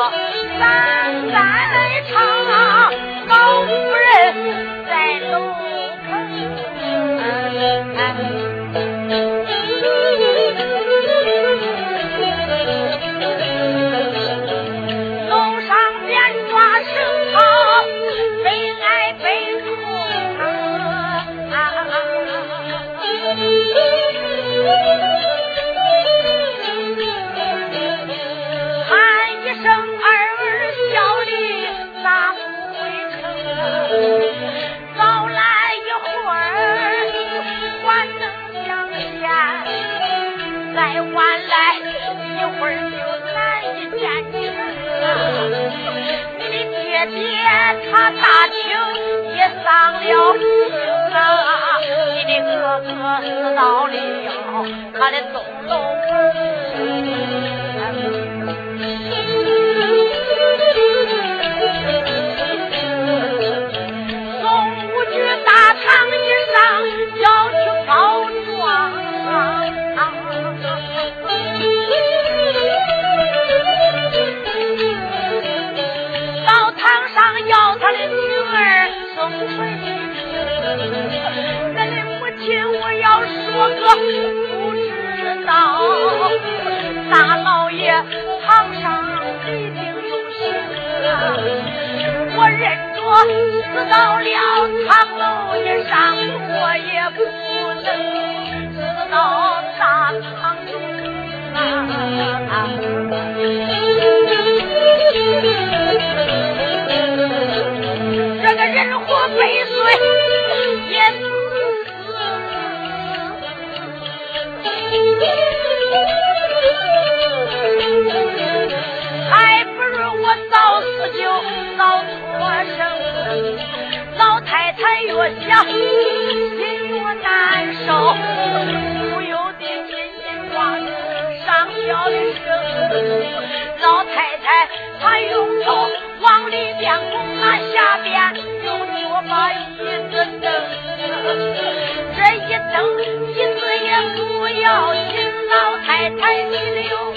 咱再唱老夫人在楼棚。楼上边抓绳套，悲哀悲痛喊一声儿小丽咋不回城？早来一会儿还能相见，再晚来一会儿就难以见你你的爹爹他大清也丧了命啊，你的哥哥死到了他的东楼宋武举大堂以上要去告状到堂上要他的女儿送回去。咱的母亲我要说个不知道，大老爷堂上一定有刑我认着死到了堂楼以上，我也不能死到大堂中这个人活百岁也还不如我早死就早脱生。老太太越想心越难受，不由得紧紧抓住上吊的绳。老太太她用头往里边拱下边又脚把椅子蹬，这一蹬椅子也不要紧，老太太你溜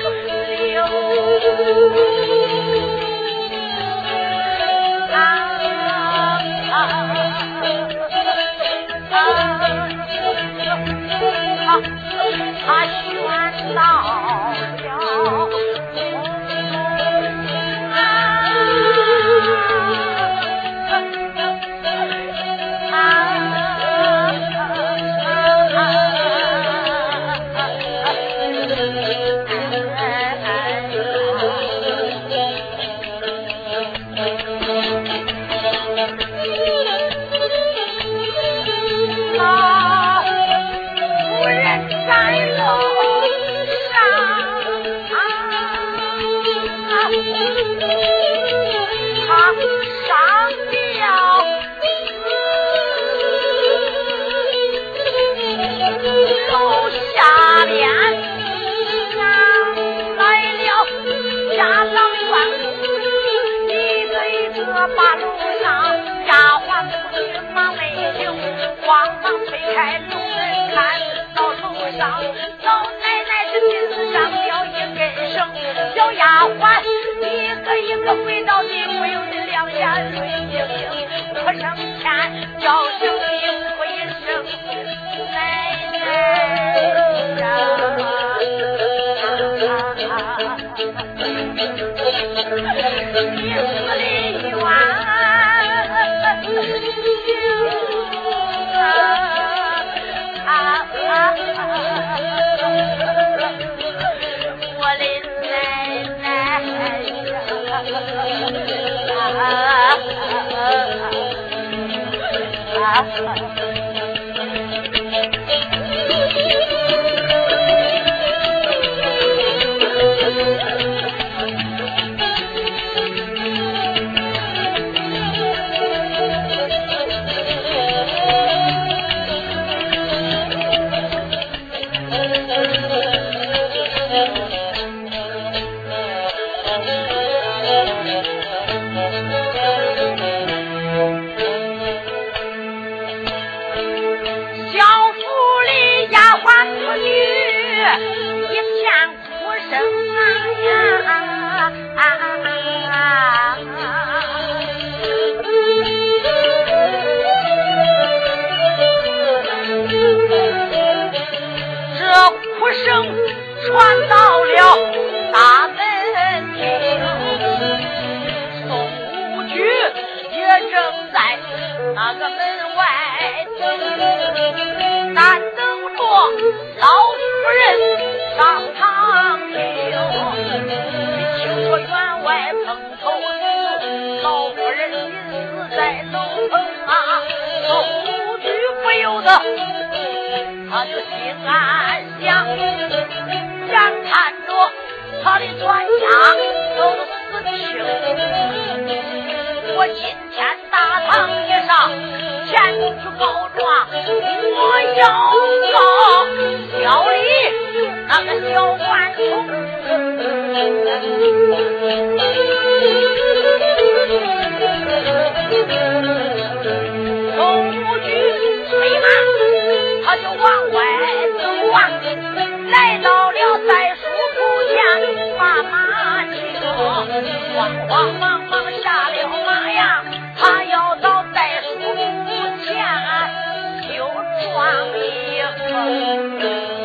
他旋到了马路上丫鬟妇女忙没停，慌忙推开路人看到楼上老奶奶的鼻子上掉一根绳，小丫鬟一个一个跪到地，不由得两眼泪盈盈，哭声前叫声的哭一声奶奶你死的冤我的奶奶在楼棚啊，宋武举不由得他就心暗想，眼看着他的全家都死清，我今天大堂以上前去告状，我要告小李那个小顽童。宋武举催马，他就往外走啊，来到了在书铺前，把马骑慌慌忙忙下了马呀，他要到在书铺前就撞一个。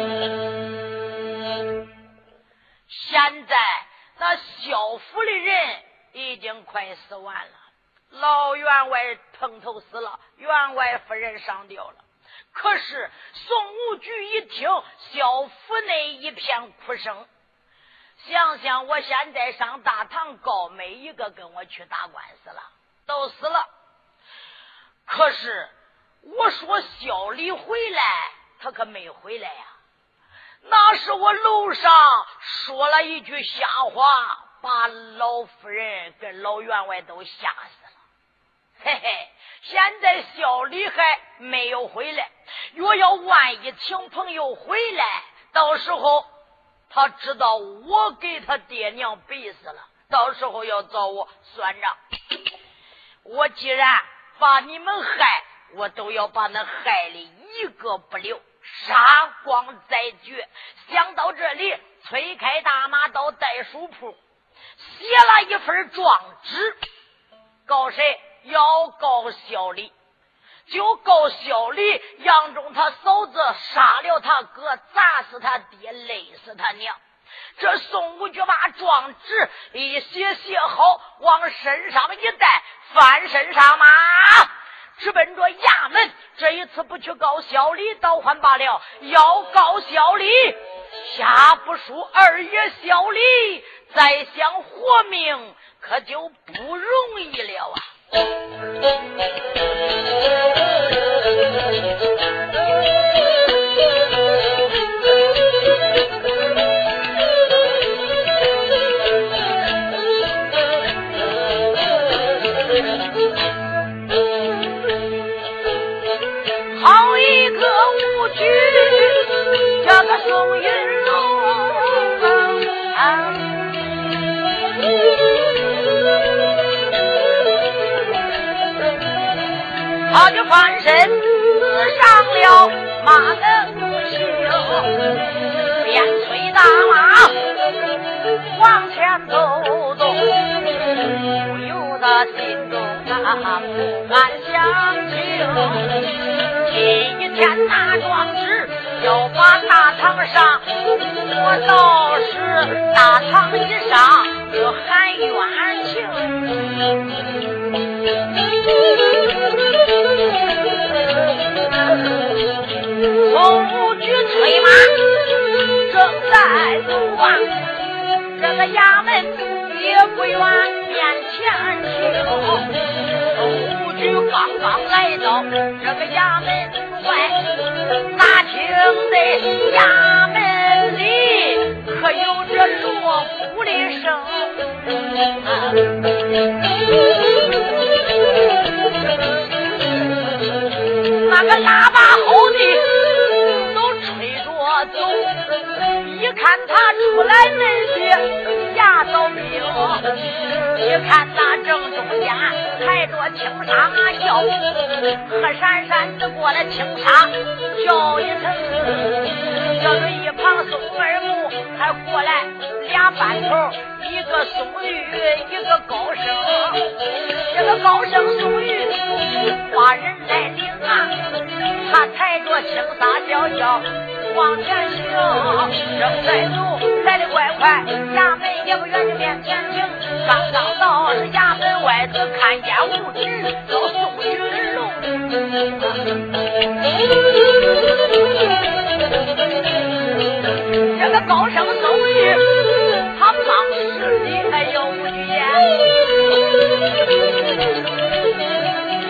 现在那萧府的人已经快死完了，老员外碰头死了，员外夫人上吊了。可是宋武举一听萧府内一片哭声，想想我现在上大堂告每一个跟我去打官司了，都死了。可是我说萧李回来，他可没回来呀。那是我楼上说了一句瞎话，把老夫人跟老员外都吓死了。嘿嘿，现在萧李还没有回来，若要万一请朋友回来，到时候他知道我给他爹娘逼死了，到时候要找我算账。我既然把你们害，我都要把那害里一个不留，杀光再绝。想到这里，催开大马到袋书铺，写了一份状纸，告谁？要告萧李，就告萧李杨忠他嫂子杀了他哥，砸死他爹，累死他娘。这宋武就把状纸一写好，往身上一带，翻身上马，直奔着衙门。这一次不去告萧李倒还罢了，要告萧李下不输二爷萧李，再想活命可就不容易了啊。好一个武举，这个宋云龙他就翻身上了马的袖，边催大马往前走动，不由得心中不安详情。今天那壮士要把大堂上，我倒是大堂以上就喊冤情。宋武举催马正在走啊，这个衙门也不远面前去。宋武举刚刚来到这个衙门外，哪听得衙门里可有这锣鼓的声，那个喇叭后的都吹着走，一看他出来那些牙刀兵，一看那正中间抬着青纱马轿，和闪闪的过来青纱叫一声，叫着一旁宋二木还过来俩班头，一个宋玉一个高升，这个高升宋玉把人来领啊，他抬着青纱轿轿往前行，正在走来得快快，衙门也不远就面前停，刚刚到是衙门外子，看见武举叫宋云龙，这个高升宋玉他帮势力还有武举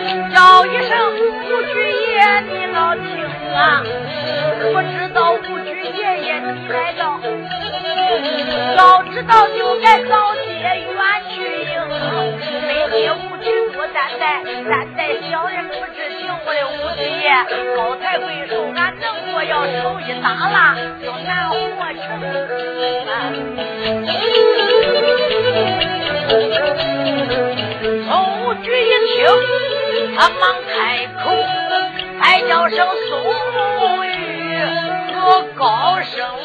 早该早些远去迎，没接无举多担待，担待小人不知情。我的吴举爷高抬贵手，俺能过要手一打拉，就难活成。宋无举一听，他忙开口，才叫声宋玉和高升。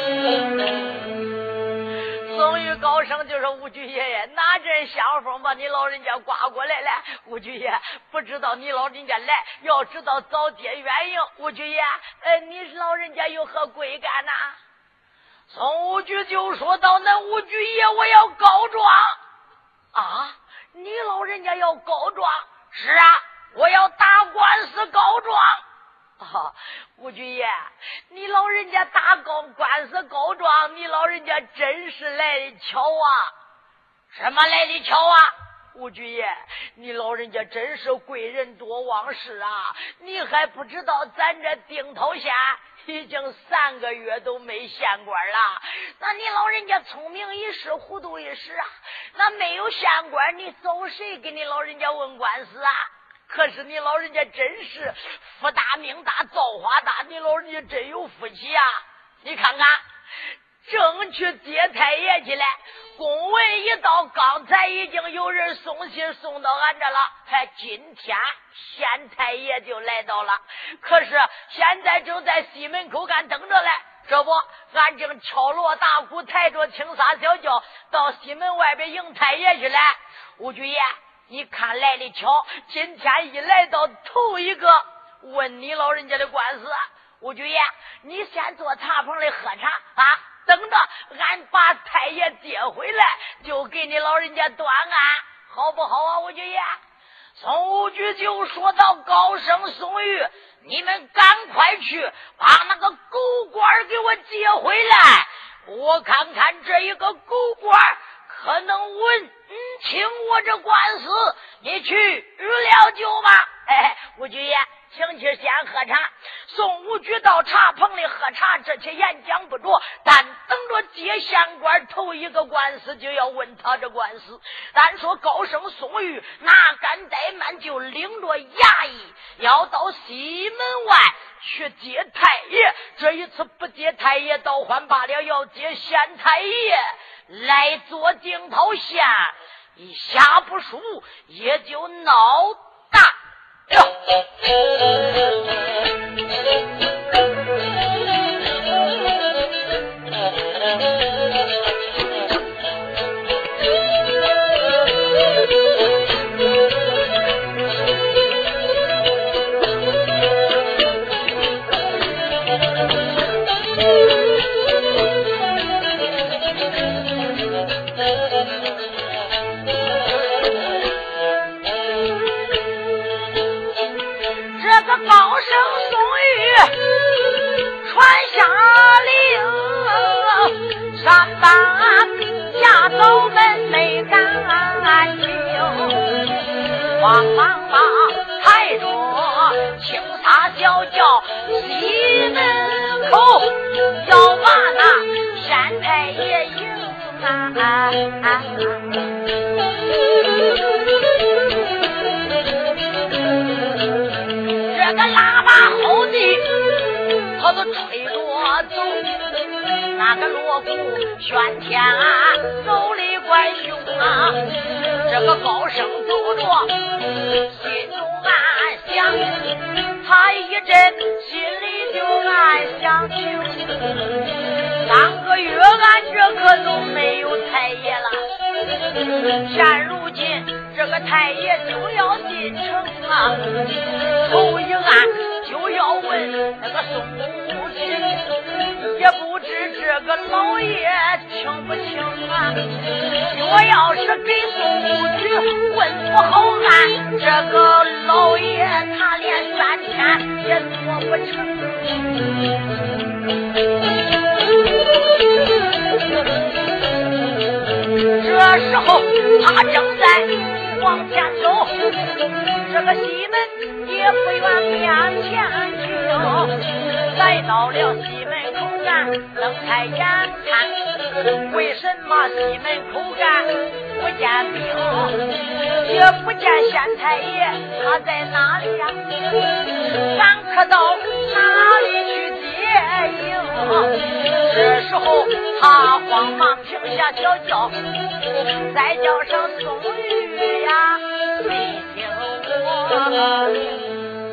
宋玉高升就说：“吴举爷爷，哪阵香风把你老人家刮过来了？吴举爷不知道你老人家来，要知道早接远迎。吴举爷，你老人家有何贵干呐？”宋无举就说道：“那吴举爷，我要告状啊！你老人家要告状？是啊，我要打官司告状。”吴举爷，你老人家打官司告状，你老人家真是来的巧啊！什么来的巧啊？吴举爷，你老人家真是贵人多忘事啊！你还不知道咱这定陶县已经3个月都没县官了，那你老人家聪明一时，糊涂一时啊！那没有县官，你找谁给你老人家问官司啊？可是你老人家真是福大命大造化大，你老人家真有福气啊！你看看，正去接太爷去了，公文一到，刚才已经有人送信送到俺这了，今天县太爷就来到了，可是现在正在西门口干等着嘞。这不，俺正敲锣打鼓，抬着青纱小轿到西门外边迎太爷去了。吴举爷，你看来的巧，今天一来到，头一个问你老人家的官司。吴举爷，你先坐茶棚里喝茶啊，等着俺把太爷接回来，就给你老人家断案，好不好啊？吴举爷。宋无举就说到：“高升、宋玉，你们赶快去把那个狗官给我接回来，我看看这一个狗官可能问清我这官司，你去预料酒吧。”吴举爷，请去先喝茶。宋无举到茶棚里喝茶，这些言讲不着，但等着接县官头一个官司就要问他这官司。单说高升、宋玉哪敢怠慢，就领着衙役要到西门外去接太爷。这一次不接太爷倒还罢了，要接县太爷来做定陶县，一下不输也就闹大了。高升、宋玉传下令，三把衙头们没敢听，慌忙把抬着青纱小轿西门口，要把那县太爷迎啊！这个喇叭后地他都吹着走，那个锣鼓喧天啊，走里怪凶啊。这个高声走着心中暗想，他一阵心里就暗想去，3个月俺这可都没有太爷了，现如今这个太爷就要进城啊，头一案就要问那个宋无举，也不知这个老爷清不清啊。我要是给宋无举问不好案，这个老爷他连3天也做不成。这时候他正在往前走，这个西门也不远面前去，来到了西门口站，睁开眼看为什么西门口干不见兵，也不见县太爷，他在哪里呀？咱可到哪里去接应？这时候他慌忙停下小轿，再叫声宋玉呀，你听我。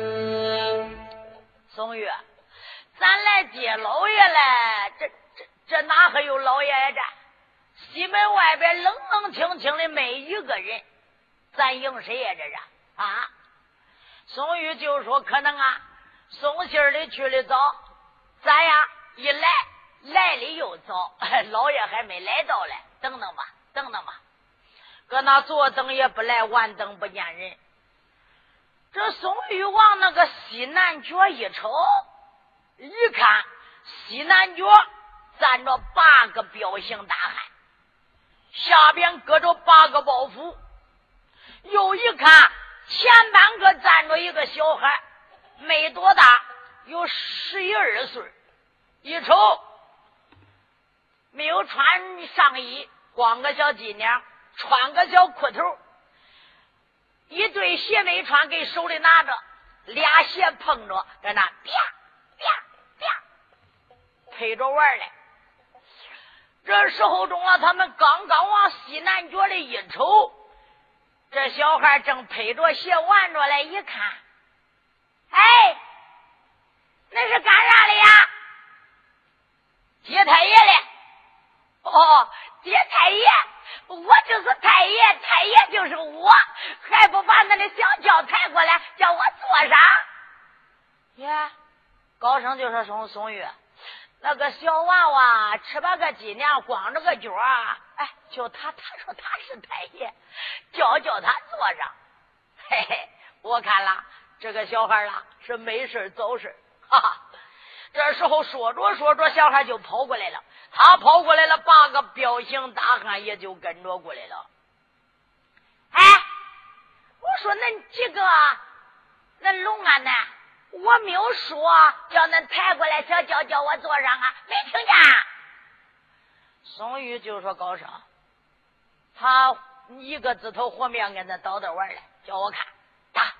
宋玉，咱来接老爷来，这哪还有老爷呀？这西门外边冷冷清清的没一个人，咱迎谁呀？这是啊？宋玉就说可能啊，送信儿的去的早，咱呀一来的又早，老爷还没来到嘞，等等吧，等等吧。搁那左等也不来，晚等不见人。这宋玉往那个西南角一瞅，一看西南角站着8个彪形大汉，下边搁着8个包袱，又一看前半个站着一个小孩，没多大，有11、12岁，一瞅没有穿上衣，光个小鸡娘，穿个小裤头，一对鞋没穿，给手里拿着，俩鞋碰着，在那啪啪啪配着玩来。这时候中了，他们刚刚往西南角里一瞅，这小孩正配着鞋玩着来，一看，哎，那是干啥的呀？接太爷嘞！哦，接太爷，我就是太爷，太爷就是我，还不把那的小轿抬过来，叫我坐上？耶，高声就说宋玉，那个小娃娃吃吧个鸡娘，光着个脚啊，哎，就他说他是太爷，叫他坐上。嘿嘿，我看了这个小孩啦是没事走事，哈哈。这时候说着，小孩就跑过来了。他跑过来了，8个彪形大汉也就跟着过来了。哎，我说恁几个，恁龙安呢？我没有说叫恁抬过来小轿叫我坐上啊，没听见？宋玉就说高声，他一个指头和面跟他捣捣玩来，叫我看打。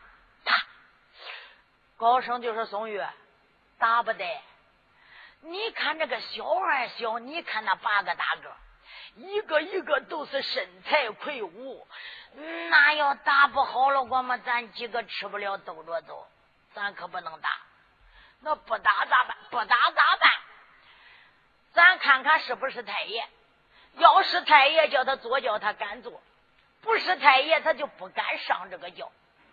高声就说宋玉，打不得。你看这个小孩小，你看那8个大个，一个都是身材魁梧，那要打不好了，我们咱几个吃不了兜着走，咱可不能打。那不打咋办？不打咋办？咱看看是不是太爷。要是太爷叫他坐轿，他敢坐；不是太爷，他就不敢上这个轿。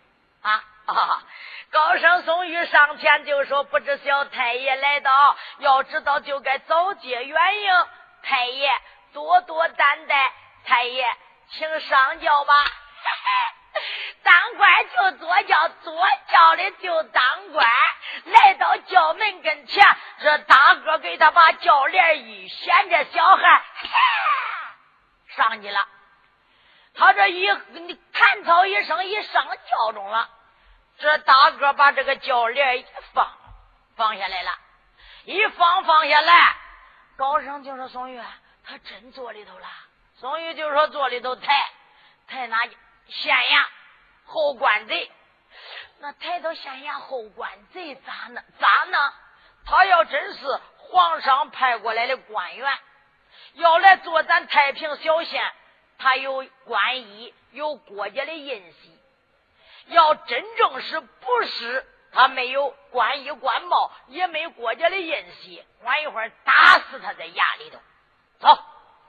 高声宋玉上前就说，不知小太爷来到，要知道就该早接远迎，太爷多多担待，太爷请上轿吧。当官就坐轿，坐轿的就当官。来到轿门跟前，这大哥给他把轿帘一掀，这小孩上去了。他这一弹草一声，一上轿中了。这大哥把这个轿帘一放下来了，一放下来，高声就说宋玉，他真坐里头了。宋玉就说坐里头抬那县衙后官贼，那抬到县衙后官贼咋呢？他要真是皇上派过来的官员，要来做咱太平小县，他有官衣，有国家的印玺。要真正是不是他没有官衣官帽，也没国家的印玺，晚一会儿打死他在衙里头。走，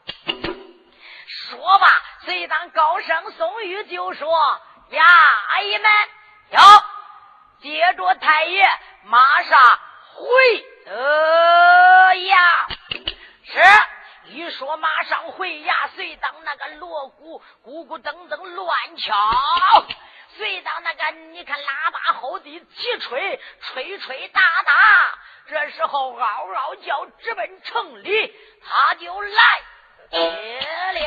说吧，随当高声宋玉就说，呀，阿姨们要接着太爷马上回呀。是一说马上回呀，随当那个锣鼓咕咕噔噔乱敲，随到那个你看喇叭后地齐吹，吹打打，这时候嗷嗷叫直奔城里，他就来了。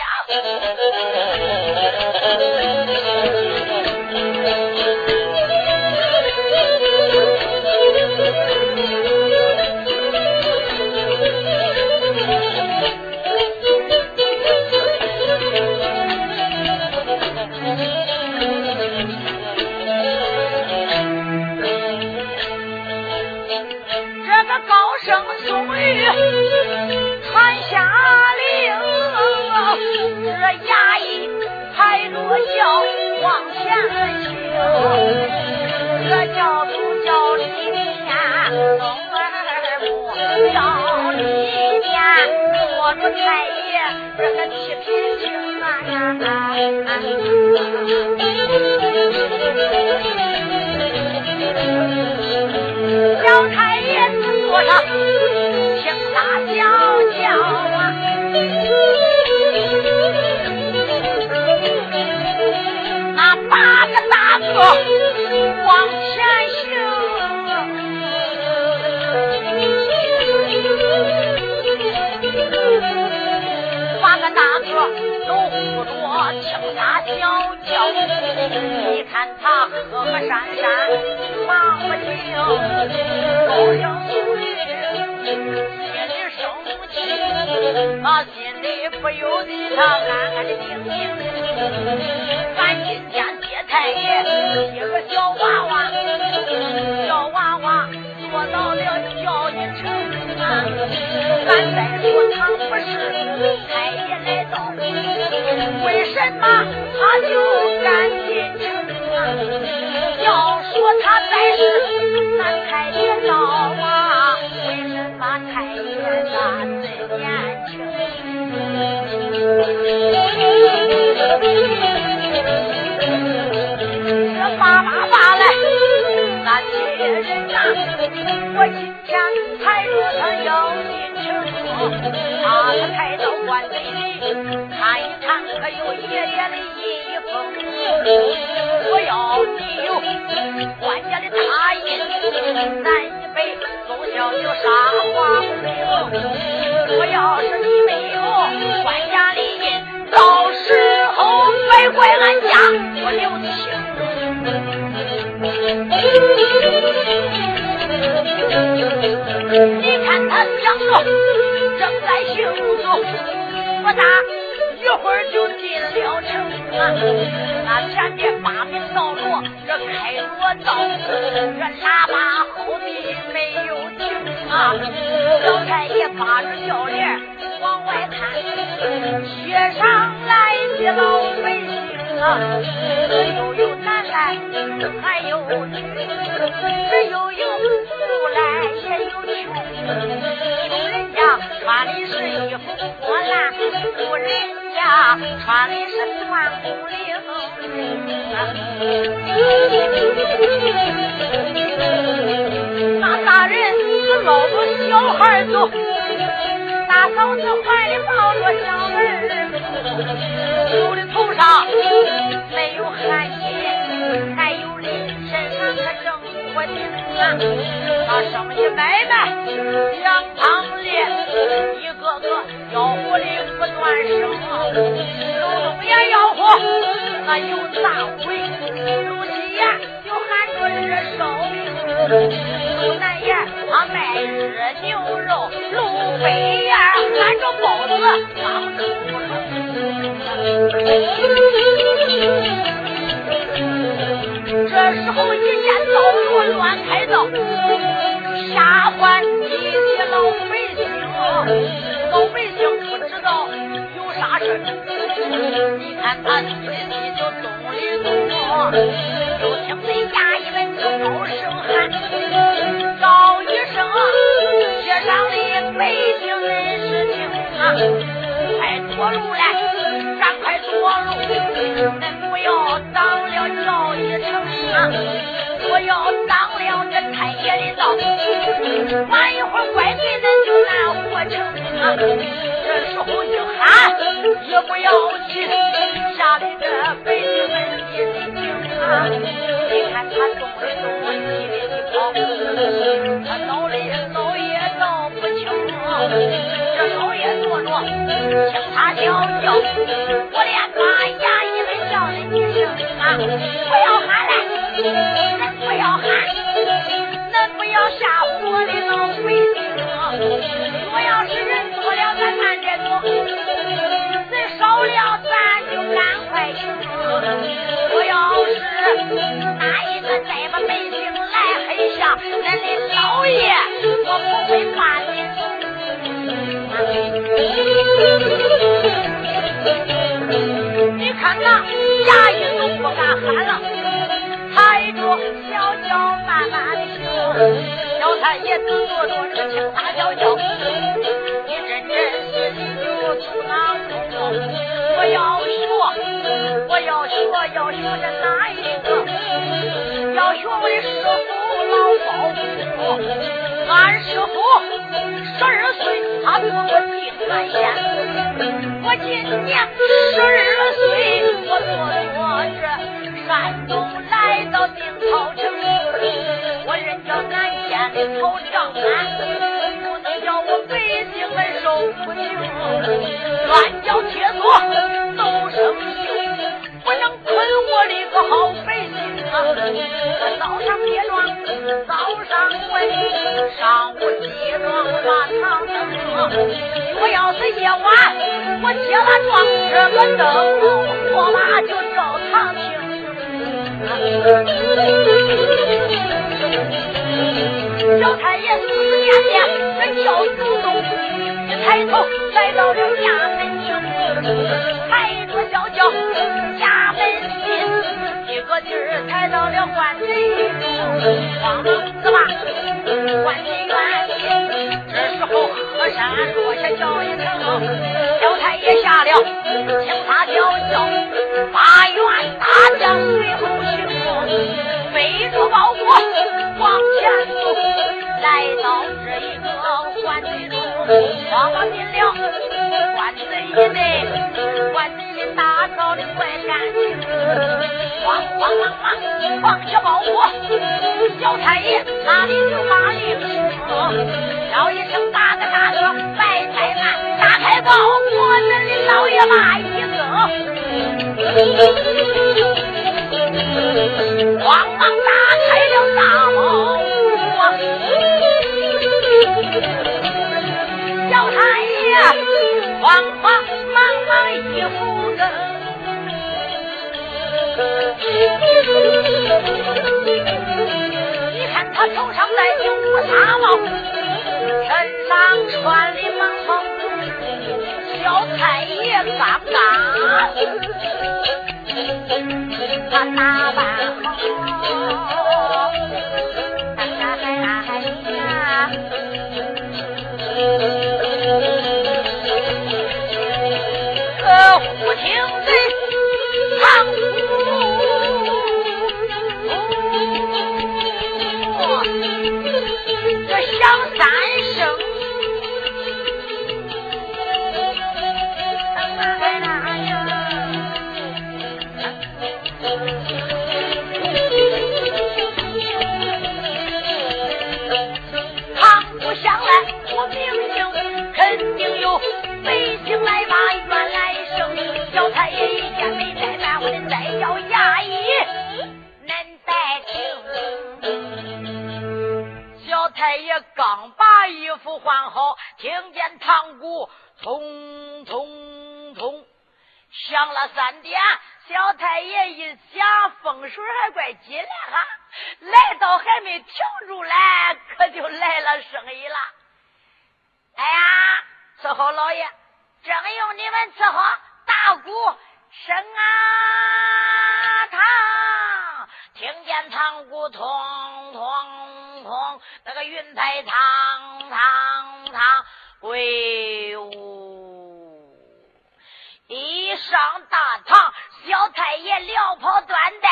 叫往前行，这教主叫里面东二木，叫里面坐着太爷，这个七品青啊，小太爷子坐上青纱小轿啊，那8个大哥往前行，走不着青纱小轿，你看他和和闪闪忙不停，高声语心里生气，他心里不由得他暗暗的叮咛，咱今天接太爷接个小娃娃，小娃娃做到了教育城啊，咱再说他不是太爷来到，为什么他就赶进城啊？要说他才是咱太爷老啊，为什么太爷他最年轻？这爸来，那些人啊，我今天才说他要进城，他可抬到官贼里看一看，可有爷爷的一封，我要你有官家的大印，咱一辈从小就杀皇陵，我要是你没有官家的印，到时候别怪俺家我留情。你看他讲着正在行走，不大一会儿就进了城啊，那前面8名扫罗这开罗道，这喇叭后地没有停啊，老太爷把着笑脸往外看，街上来的老百姓啊，有男来还有女，只有富来也有穷，穷人家穿的是衣服破烂，富人家穿的是团红绫，那大人搂着小孩走，大嫂子怀里抱着小儿子，有的头上没有汗巾，还有的身上可正不停啊，那生意买卖两旁列，一个个吆喝的不断声，路东也吆喝，那有大鬼，路西呀就喊着热烧饼，路南呀他卖热牛肉，路北呀喊着包子刚出笼。这时候一见道路乱开道，吓坏一些老百姓，老百姓不知道有啥事，你看他西里西就东里东，就听那衙役们就高声喊，叫一声街上的百姓人事情啊，快脱路来，赶快脱路，恁不要挡了教育城啊，我要挡了这太爷的道，晚一会儿怪罪恁就难活成啊，这时候一喊也不要紧，吓得这百姓们一惊啊，你看他动的动，急的跑，他脑里脑也闹不清，这老爷坐着听他叫叫，我连把衙役们叫了一声啊，不要喊来，恁不要喊，恁不要吓唬我的老百姓，我要是人多了咱慢点走，人少了咱就赶快行，我要是哪一个再把百姓来黑下，恁的老爷我不会骂你。你看那衙役喊了，抬着小脚慢慢的行，小太爷坐着这个青纱小轿，一阵阵是你就从哪中，我要学着哪一个？要学我的师傅老包公，俺师傅12岁他做过定安县，我今年12岁，我坐这山东来到定陶城，我人叫南县的曹长安，不能叫我百姓们受苦情，乱叫铁锁都生锈，不能困我的个好百姓啊！早上结庄，早上问，上午结庄把堂灯。我要是夜晚，我结了庄，这个灯我妈就照堂听。小太爷思思念念，这叫主动，一抬头来到了衙门厅，抬着小轿衙门进，一个劲儿抬到了官贼中，慌忙子吧，官贼院里。这时候和山落下叫一声，小太爷下了青纱轿轿，八员大将随后行，背着包裹往前走，来到这一个官贼中，慌忙进了官贼一内，官贼的打扫的怪干净，慌放下包裹，小太爷哪里就把令行，叫一声大哥白太慢，打开包裹，恁的老爷把一个慌忙打开了大包裹，小太爷慌忙一扶正，你看他头上戴顶乌纱帽，身上穿的蟒袍，小太爷刚刚他打扮好，忽听得堂这响3声，堂鼓响来我明醒，肯定有百姓来把冤来生。小太爷一见没怠慢，我得再叫衙役恁再听。小太爷刚把衣服换好，听见堂鼓匆匆匆响了3点，小太爷一想风水还怪紧来哈，来到还没停住来，可就来了生意了。哎呀，伺候老爷，正用你们伺候，打鼓升啊堂，听见堂鼓通通通，那个云台堂堂堂，威武！一上大堂，小太爷撩袍端带，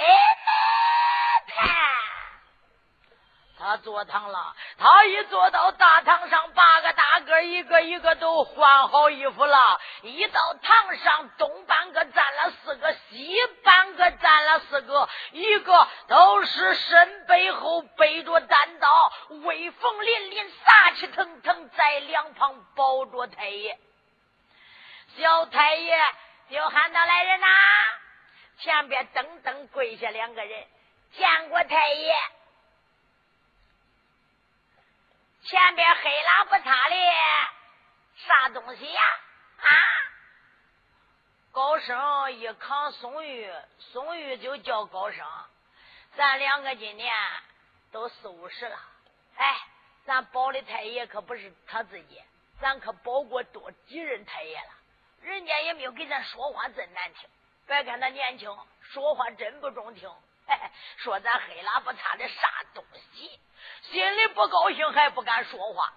他坐堂了。他一坐到大堂上，8个大个一个一个都换好衣服了。一到堂上，东半个站了4个，西半个站了4个，一个都是身背后背着单刀，威风凛凛，杀气腾腾，在两旁抱着太爷。小太爷就喊到：“来人呐！”前边噔噔跪下2个人，见过太爷。前边黑拉不擦的啥东西呀？高升一扛宋玉，宋玉就叫高升。咱2个今年都40、50了，咱保的太爷可不是他自己，咱可保过多几任太爷了，人家也没有给咱说话真难听。 别看他年轻，说话真不中听。说咱黑拉不擦的啥东西，心里不高兴还不敢说话。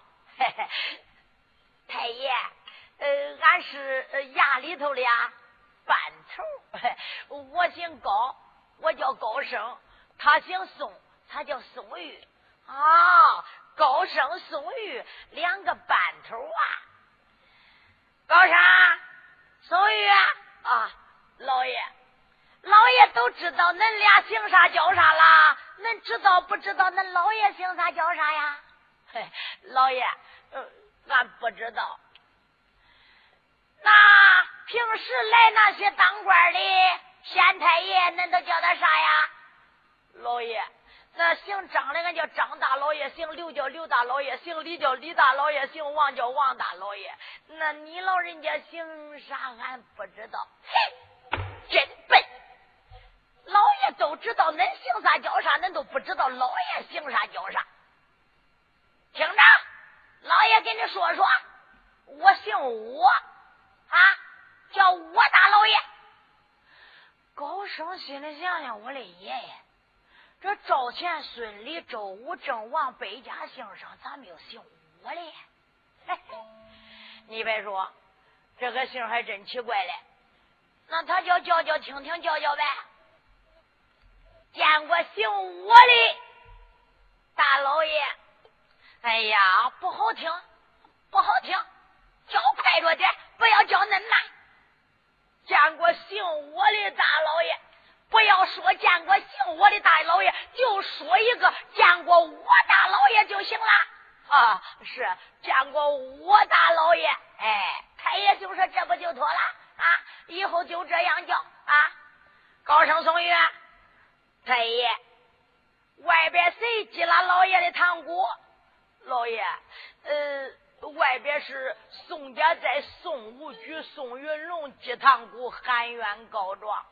太爷，俺是衙里头的呀，班头。我姓高，我叫高升，他姓宋，他叫宋玉。啊，高升宋玉两个班头啊。高升，宋玉啊，老爷。老爷都知道恁俩姓啥叫啥啦，恁知道不知道恁老爷姓啥叫啥呀？老爷，俺不知道。那平时来那些当官的县太爷，恁都叫他啥呀？老爷，那姓张的俺叫张大老爷，姓刘叫刘大老爷，姓李叫李大老爷，姓王叫王大老爷。那你老人家姓啥俺不知道。嘿，真笨！老爷都知道恁姓啥叫啥，恁都不知道老爷姓啥叫啥。听着，老爷给你说说，我姓武啊，叫武大老爷。高升心里想想，我的爷爷，这赵钱孙李周武郑王百家姓上咋没有姓武的？嘿嘿，你别说，这个姓还真奇怪嘞。那他叫听听叫呗。见过姓武的大老爷。哎呀，不好听，不好听，叫快着点，不要叫恁慢。见过姓武的大老爷，不要说见过姓武的大老爷，就说一个见过我大老爷就行了。啊，是见过我大老爷。哎，太爷就说这不就妥了啊？以后就这样叫啊。高升宋玉，太爷，外边谁击了老爷的堂鼓？老爷，外边是宋家寨宋武举宋云龙击堂鼓，喊冤告状。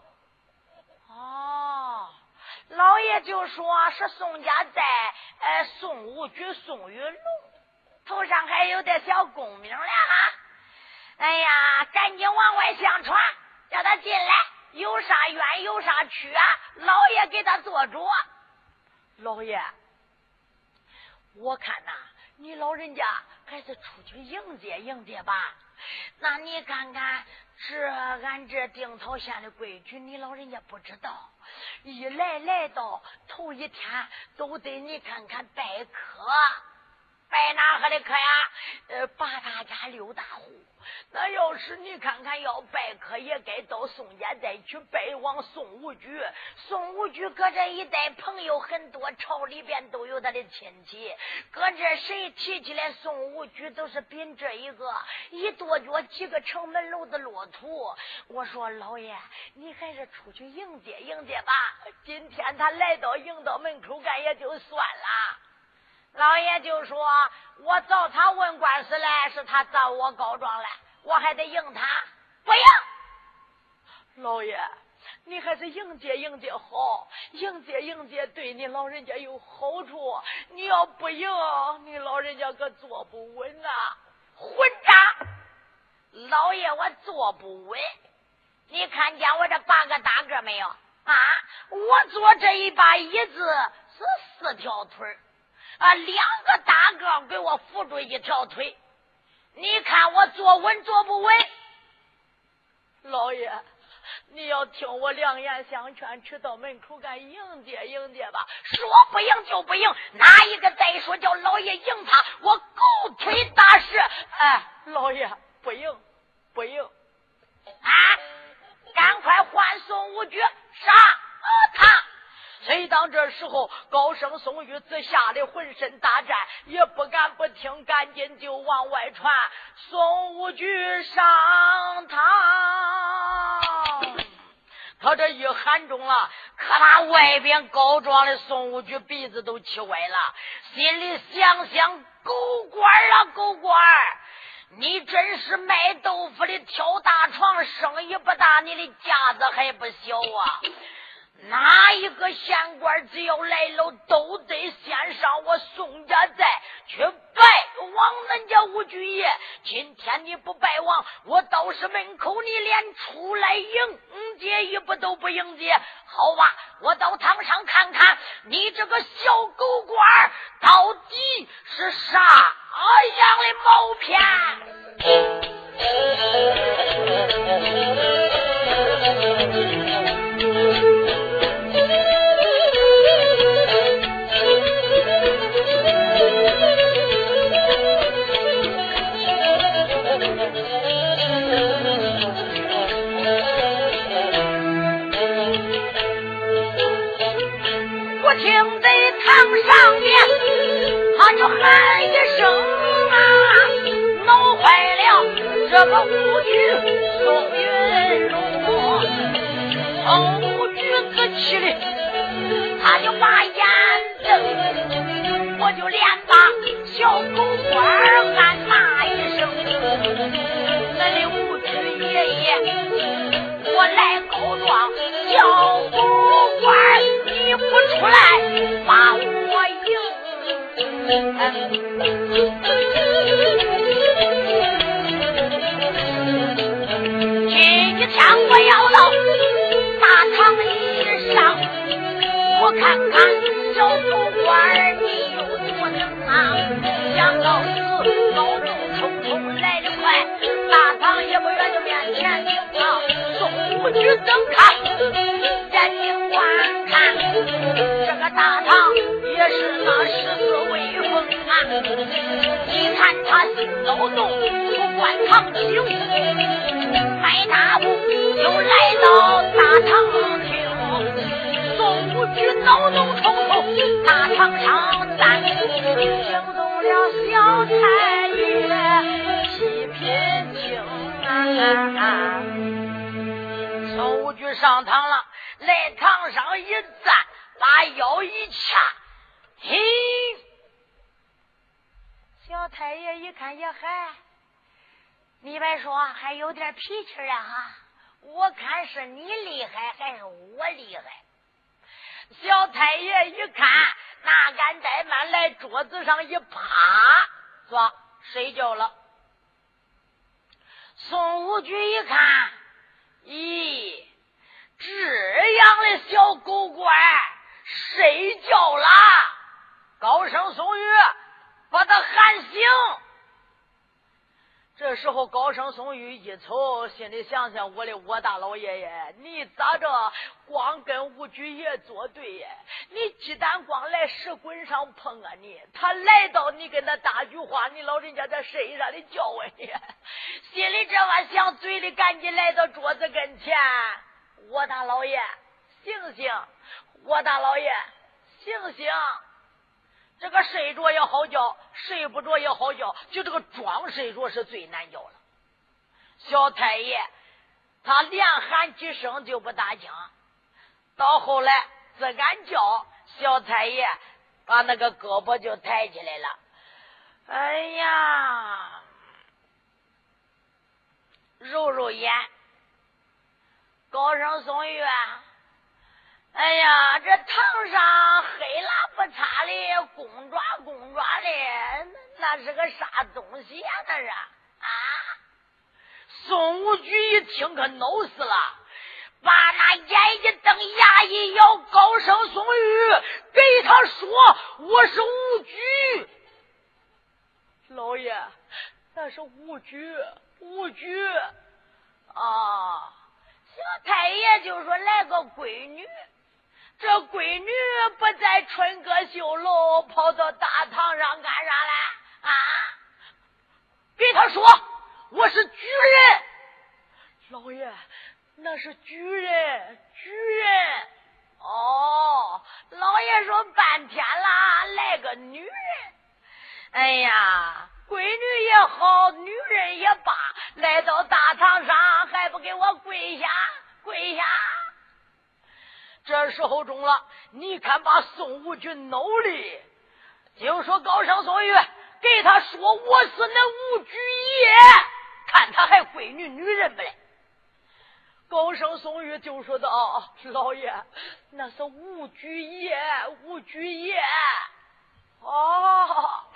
哦，老爷就说是宋家寨宋武举宋云龙，头上还有点小功名了哈。哎呀，赶紧往外相传，叫他进来，有啥冤有啥屈啊，老爷给他做主。老爷，我看呐，你老人家还是出去迎接迎接吧。那你看看，这俺这定陶县的规矩，你老人家不知道。一来到头一天，都得你看看拜客，拜哪个的客呀？8大家6大户。那要是你看看要拜客，也该到宋家寨去拜望宋武举。宋武举搁这一带朋友很多，朝里边都有他的亲戚。搁这谁提起来宋武举，都是比这一个一跺脚几个城门楼的骆驼。我说老爷，你还是出去迎接迎接吧。今天他来到迎到门口干也就算了。老爷就说，我找他问官司来，是他找我告状来，我还得应他，不应。老爷，你还是迎接迎接好，迎接迎接对你老人家有好处。你要不迎，你老人家可坐不稳呐。混账！老爷，我坐不稳。你看见我这8个大个没有啊？我坐这一把椅子是4条腿啊，2个大个给我扶住1条腿，你看我坐稳坐不稳？老爷，你要听我良言相劝，去到门口干迎接迎接吧。说不迎就不迎，哪一个再说叫老爷迎他，我狗腿打死！哎，老爷不迎不迎啊！赶快换宋武举杀他！谁当这时候高升宋玉子吓得浑身打颤，也不敢不听，赶紧就往外传，宋武举上堂。他这一喊中了，可他外边告状的宋武举鼻子都气歪了，心里想想，狗官啊狗官，你真是卖豆腐的挑大床，生意不大，你的架子还不小啊。哪一个县官只要来了，都得先上我宋家寨去拜望恁家武举爷。今天你不拜望，我倒是门口你连出来迎接一步都不迎接。好吧，我到堂上看看你这个小狗官到底是啥样的毛片。我听在堂上面他就喊一声啊，闹坏了这个武举宋云龙。宋武举子气的他就把眼瞪，我就连把小狗官喊骂一声，那里武举爷爷我来告状，小狗官你不出来把我赢。今天我要到大堂以上，我看看小狗官你有多能啊。想到此脑中冲冲来得快，大堂也不远就面前停到宋武举登看，眼睛观看这个大堂也是那十字威风啊。一看他脑中出关堂情，迈大步就来到大堂厅。宋武举脑中冲冲大堂上站，惊动了小太爷七品清啊。宋武举上堂了，来堂上一站，把腰一掐，嘿，小太爷一看也还，你别说还有点脾气啊哈，我看是你厉害还是我厉害。小太爷一看哪敢怠慢，来桌子上一趴，说睡觉了。宋武举一看，咦，这样的小狗官睡觉了，高声宋玉把他喊醒。这时候高声宋玉一瞅，心里想想，我的我大老爷爷，你咋着光跟武举爷作对呀？你鸡蛋光来石棍上碰啊你，他来到你跟他大句话，你老人家在谁上的叫啊你？心里这么想，嘴里赶紧来到桌子跟前，我大老爷醒醒，我大老爷醒醒，这个睡着也好觉，睡不着也好觉，就这个装睡着是最难觉了。小太爷他连喊几声就不打惊，到后来自敢叫，小太爷把那个胳膊就抬起来了。哎呀，揉揉眼，高声宋玉，哎呀，这堂上黑拉不擦的，公爪公爪的，那是个啥东西呀？那是啊！宋武举一听可恼死了，把那眼一瞪，牙一咬，高声宋玉给他说：“我是武举。”老爷，那是武举，武举啊！小太爷就说来个闺女。这闺女不在春歌绣楼，跑到大堂上干啥来啊？给他说我是举人。老爷，那是举人，举人。哦，老爷说半天了，来个女人。哎呀，闺女也好，女人也罢，来到大堂上还不给我跪下，跪下。这时候中了，你看把宋武举恼的，就说高声宋玉给他说我是那武举爷，看他还闺女女人不嘞？高声宋玉就说道：“老爷，那是武举爷，武举爷。”哦，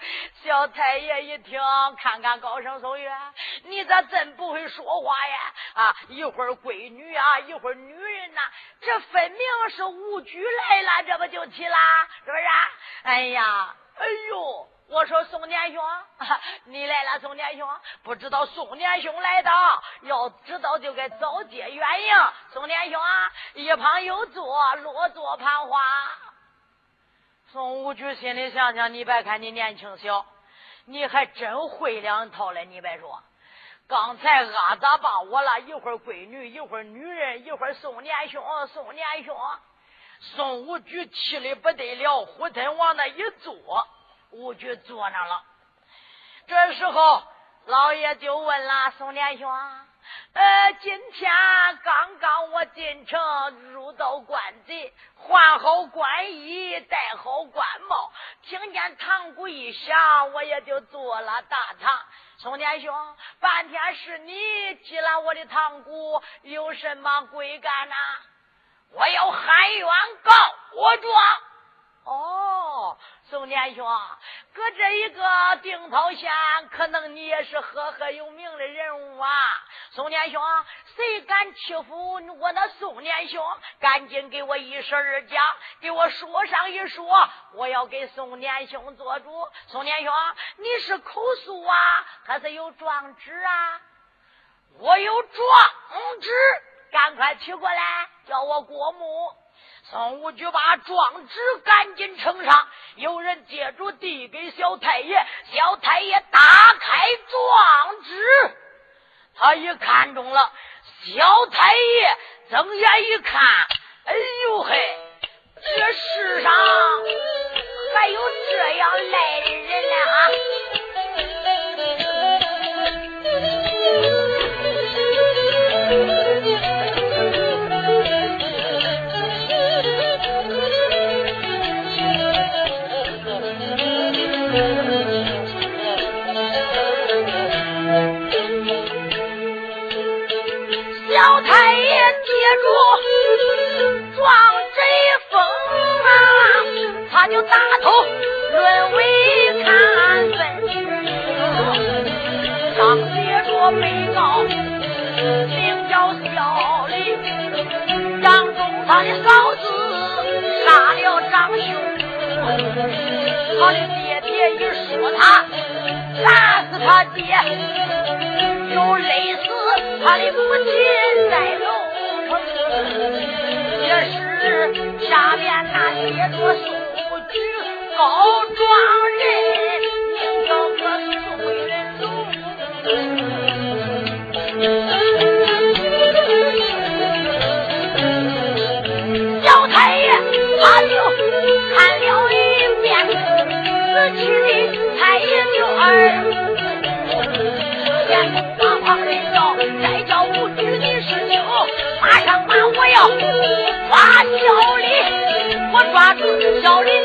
小太爷一听，看看高升松月，你咋真不会说话呀？啊，一会儿闺女啊，一会儿女人呐、这分明是武举来了，这不就起啦？是不是啊？哎呀，哎呦！我说宋年兄，你来了，宋年兄，不知道宋年兄来到，要知道就该早接远迎。宋年兄啊，一旁有座，落座盘花。宋武举心里想想，你别看你年轻小，你还真会两套了。你别说，刚才阿咋把我了，一会儿闺女，一会儿女人，一会儿宋年兄，宋年兄。宋武举气力不得了，虎thân往那一坐。武举坐那了，这时候老爷就问了宋年兄，今天刚刚我进城入到官贼，换好官衣，戴好官帽，听见堂鼓一响，我也就坐了大堂。宋年兄，半天是你击了我的堂鼓，有什么贵干呐？我要喊冤告我状。哦，宋年兄，搁这一个定陶县，可能你也是赫赫有名的人物啊。宋年兄，谁敢欺负我那宋年兄？赶紧给我一声二讲，给我说上一说，我要给宋年兄做主。宋年兄，你是口述啊，还是有状纸啊？我有状纸，赶快取过来，叫我过目。宋武举把状纸赶紧呈上，有人接住递给小太爷，小太爷打开状纸，他一看中了，小太爷睁眼一看，哎呦嘿，这世上还有这样赖的人呢啊！小太爷接住状这一封啊，他就打头论为看分上写着被告名叫小李，张忠他的嫂子杀了张兄，他的爹爹一说他杀死他爹，又累死他的母亲在楼棚，也是下面那写着宋武举告状人，名叫个宋仁宗。小太爷他就看了一遍，死去的太爷就眼中旁人叫再叫武举的事情，马上把我要抓小李，我抓住小李